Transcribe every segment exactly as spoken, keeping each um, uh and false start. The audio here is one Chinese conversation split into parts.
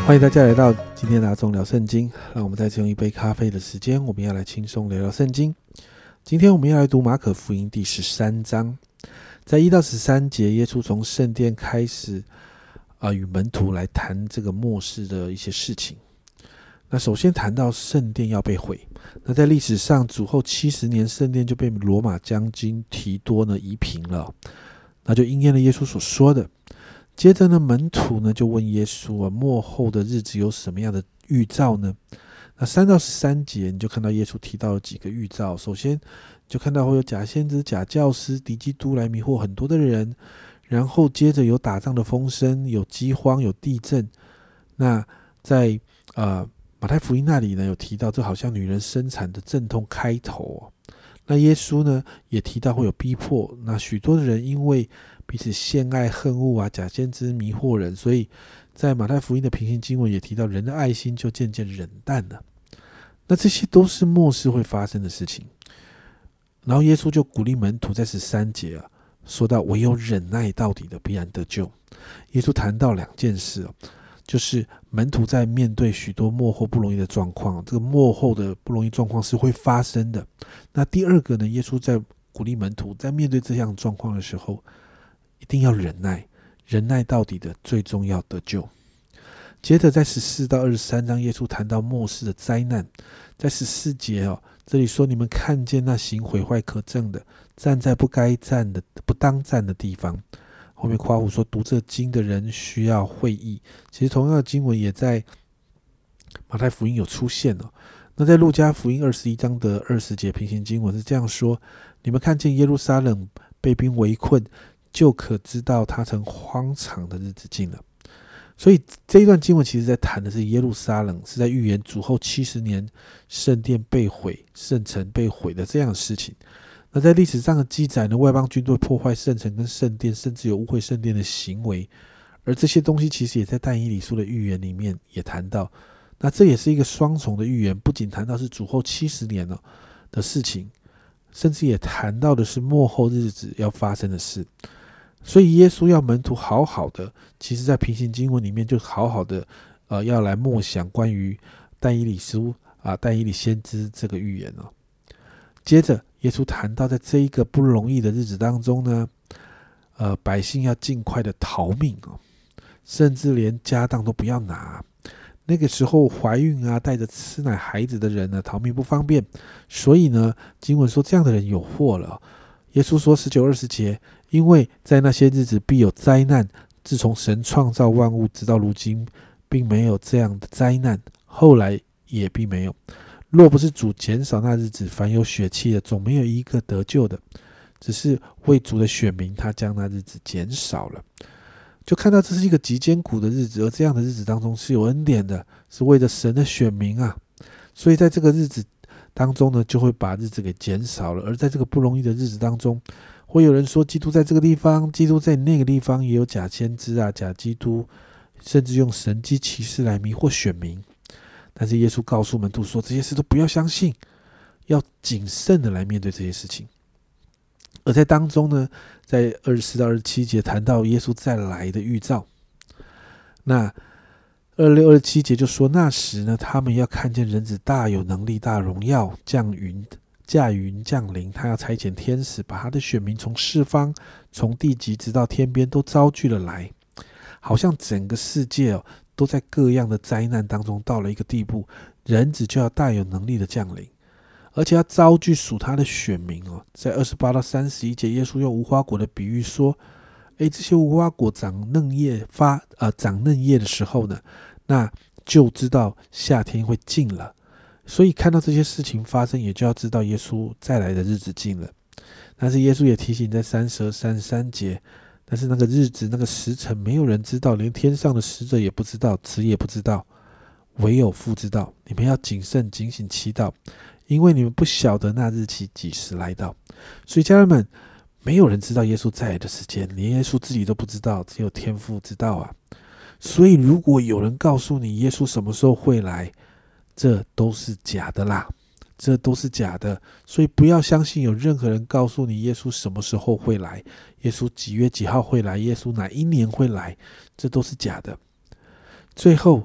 欢迎大家来到今天的阿忠聊圣经。让我们再次用一杯咖啡的时间，我们要来轻松聊聊圣经。今天我们要来读马可福音第十三章，在一到十三节，耶稣从圣殿开始，呃，与门徒来谈这个末世的一些事情。那首先谈到圣殿要被毁，那在历史上主后七十年，圣殿就被罗马将军提多呢夷平了，那就应验了耶稣所说的。接着呢，门徒呢就问耶稣啊，末后的日子有什么样的预兆呢？那三到十三节，你就看到耶稣提到了几个预兆。首先就看到会有假先知、假教师、敌基督来迷惑很多的人，然后接着有打仗的风声，有饥荒，有地震。那在呃马太福音那里呢，有提到这好像女人生产的阵痛开头哦。那耶稣呢也提到会有逼迫，那许多的人因为彼此陷爱恨恶啊，假先知迷惑人，所以在马太福音的平行经文也提到人的爱心就渐渐冷淡了。那这些都是末世会发生的事情。然后耶稣就鼓励门徒在十三节啊，说到唯有忍耐到底的必然得救。耶稣谈到两件事哦，就是门徒在面对许多末后不容易的状况，这个末后的不容易状况是会发生的。那第二个呢，耶稣在鼓励门徒在面对这样状况的时候，一定要忍耐，忍耐到底的最终要得救。接着在十四到二十三章，耶稣谈到末世的灾难。在十四节哦，这里说你们看见那行毁坏可憎的，站在不该站的、不当站的地方。后面夸胡说读这经的人需要会意。其实同样的经文也在马太福音有出现哦。那在路加福音二十一章的二十节平行经文是这样说：你们看见耶路撒冷被兵围困，就可知道他曾荒场的日子近了。所以这一段经文其实在谈的是耶路撒冷，是在预言主后七十年圣殿被毁、圣城被毁的这样的事情。那在历史上的记载呢，外邦军队破坏圣城跟圣殿，甚至有污秽圣殿的行为，而这些东西其实也在但以理书的预言里面也谈到。那这也是一个双重的预言，不仅谈到是主后七十年的事情，甚至也谈到的是末后日子要发生的事。所以耶稣要门徒好好的，其实在平行经文里面就好好的呃，要来默想关于但以理书啊、但以理先知这个预言哦。接着耶稣谈到在这一个不容易的日子当中呢，呃，百姓要尽快的逃命哦，甚至连家当都不要拿。那个时候怀孕啊，带着吃奶孩子的人呢，逃命不方便，所以呢，经文说这样的人有祸了。耶稣说十九二十节，因为在那些日子必有灾难，自从神创造万物直到如今，并没有这样的灾难，后来也必没有。若不是主减少那日子，凡有血气的总没有一个得救的，只是为主的选民，他将那日子减少了。就看到这是一个极艰苦的日子，而这样的日子当中是有恩典的，是为了神的选民啊。所以在这个日子当中呢，就会把日子给减少了。而在这个不容易的日子当中，会有人说基督在这个地方，基督在那个地方，也有假先知啊、假基督，甚至用神迹奇事来迷惑选民。但是耶稣告诉门徒说，这些事都不要相信，要谨慎的来面对这些事情。而在当中呢，在二十四到二十七节谈到耶稣再来的预兆。那二十六、二十七节就说，那时呢，他们要看见人子大有能力、大荣耀，降云驾云降临，他要差遣天使，把他的选民从四方、从地极直到天边都招聚了来。好像整个世界哦，都在各样的灾难当中到了一个地步，人子就要大有能力的降临，而且要招聚属他的选民哦。在二十八到三十一节，耶稣用无花果的比喻说，诶，这些无花果长嫩叶发呃长嫩叶的时候呢，那就知道夏天会近了。所以看到这些事情发生，也就要知道耶稣再来的日子近了。但是耶稣也提醒在三十二、三十三节，但是那个日子、那个时辰，没有人知道，连天上的使者也不知道，子也不知道，唯有父知道。你们要谨慎、警醒、祈祷，因为你们不晓得那日期几时来到。所以家人们，没有人知道耶稣再来的时间，连耶稣自己都不知道，只有天父知道啊。所以如果有人告诉你耶稣什么时候会来，这都是假的啦，这都是假的。所以不要相信有任何人告诉你耶稣什么时候会来，耶稣几月几号会来，耶稣哪一年会来，这都是假的。最后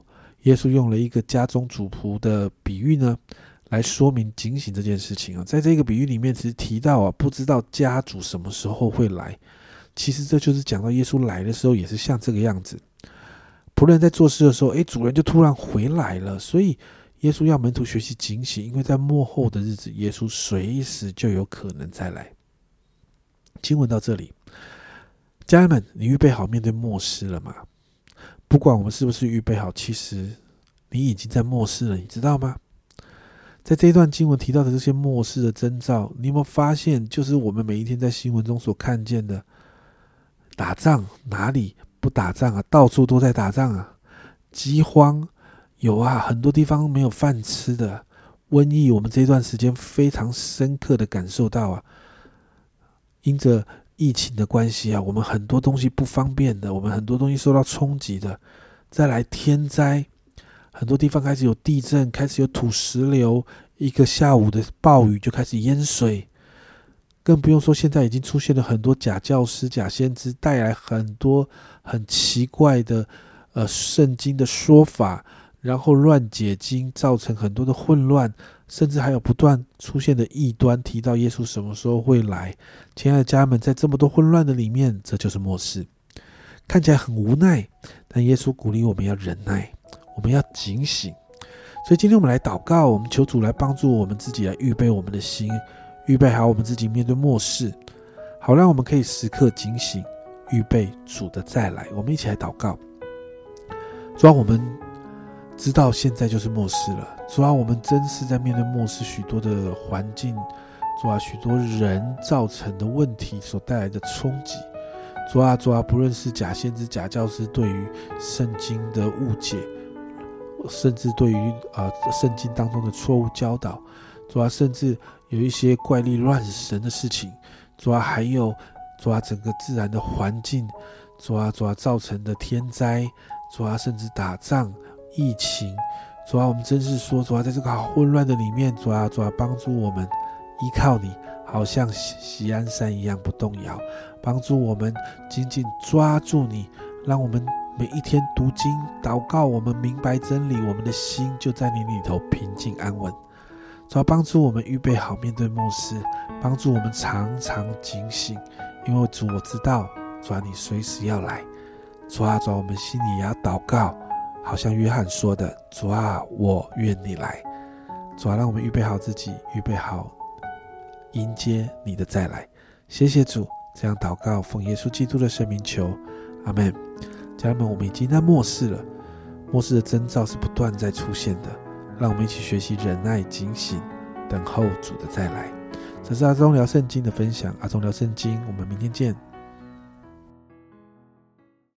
耶稣用了一个家中主仆的比喻呢，来说明警醒这件事情啊。在这个比喻里面，其实提到啊，不知道家主什么时候会来。其实这就是讲到耶稣来的时候，也是像这个样子。仆人在做事的时候，诶，主人就突然回来了，所以耶稣要门徒学习警醒，因为在末后的日子，耶稣随时就有可能再来。经文到这里，家人们，你预备好面对末世了吗？不管我们是不是预备好，其实你已经在末世了，你知道吗？在这一段经文提到的这些末世的征兆，你有没有发现，就是我们每一天在新闻中所看见的，打仗哪里不打仗啊？到处都在打仗啊！饥荒有啊，很多地方没有饭吃的。瘟疫，我们这段时间非常深刻的感受到啊，因着疫情的关系啊，我们很多东西不方便的，我们很多东西受到冲击的。再来天灾，很多地方开始有地震，开始有土石流，一个下午的暴雨就开始淹水。更不用说现在已经出现了很多假教师、假先知，带来很多很奇怪的呃圣经的说法，然后乱解经，造成很多的混乱，甚至还有不断出现的异端，提到耶稣什么时候会来。亲爱的家人们，在这么多混乱的里面，这就是末世。看起来很无奈，但耶稣鼓励我们要忍耐，我们要警醒。所以今天我们来祷告，我们求主来帮助我们自己，来预备我们的心，预备好我们自己面对末世，好让我们可以时刻警醒，预备主的再来。我们一起来祷告。主啊，我们知道现在就是末世了，主啊，我们真是在面对末世许多的环境，主啊，许多人造成的问题所带来的冲击。主啊，主啊，不论是假先知、假教师对于圣经的误解，甚至对于呃圣经当中的错误教导，主啊，甚至有一些怪力乱神的事情，主啊，还有主啊整个自然的环境，主啊主啊造成的天灾，主啊甚至打仗、疫情，主啊，我们真是说，主啊，在这个好混乱的里面，主啊主啊帮助我们依靠你，好像锡安山一样不动摇，帮助我们紧紧抓住你，让我们每一天读经祷告，我们明白真理，我们的心就在你里头平静安稳。主啊，帮助我们预备好面对末世，帮助我们常常警醒，因为主我知道，主啊，你随时要来。主啊，主啊，我们心里也要祷告，好像约翰说的，主啊，我愿你来。主啊，让我们预备好自己，预备好迎接你的再来。谢谢主，这样祷告奉耶稣基督的圣名求，阿们。家人们，我们已经在末世了，末世的征兆是不断在出现的，让我们一起学习忍耐、警醒，等候主的再来。这是阿忠聊圣经的分享，阿忠聊圣经，我们明天见。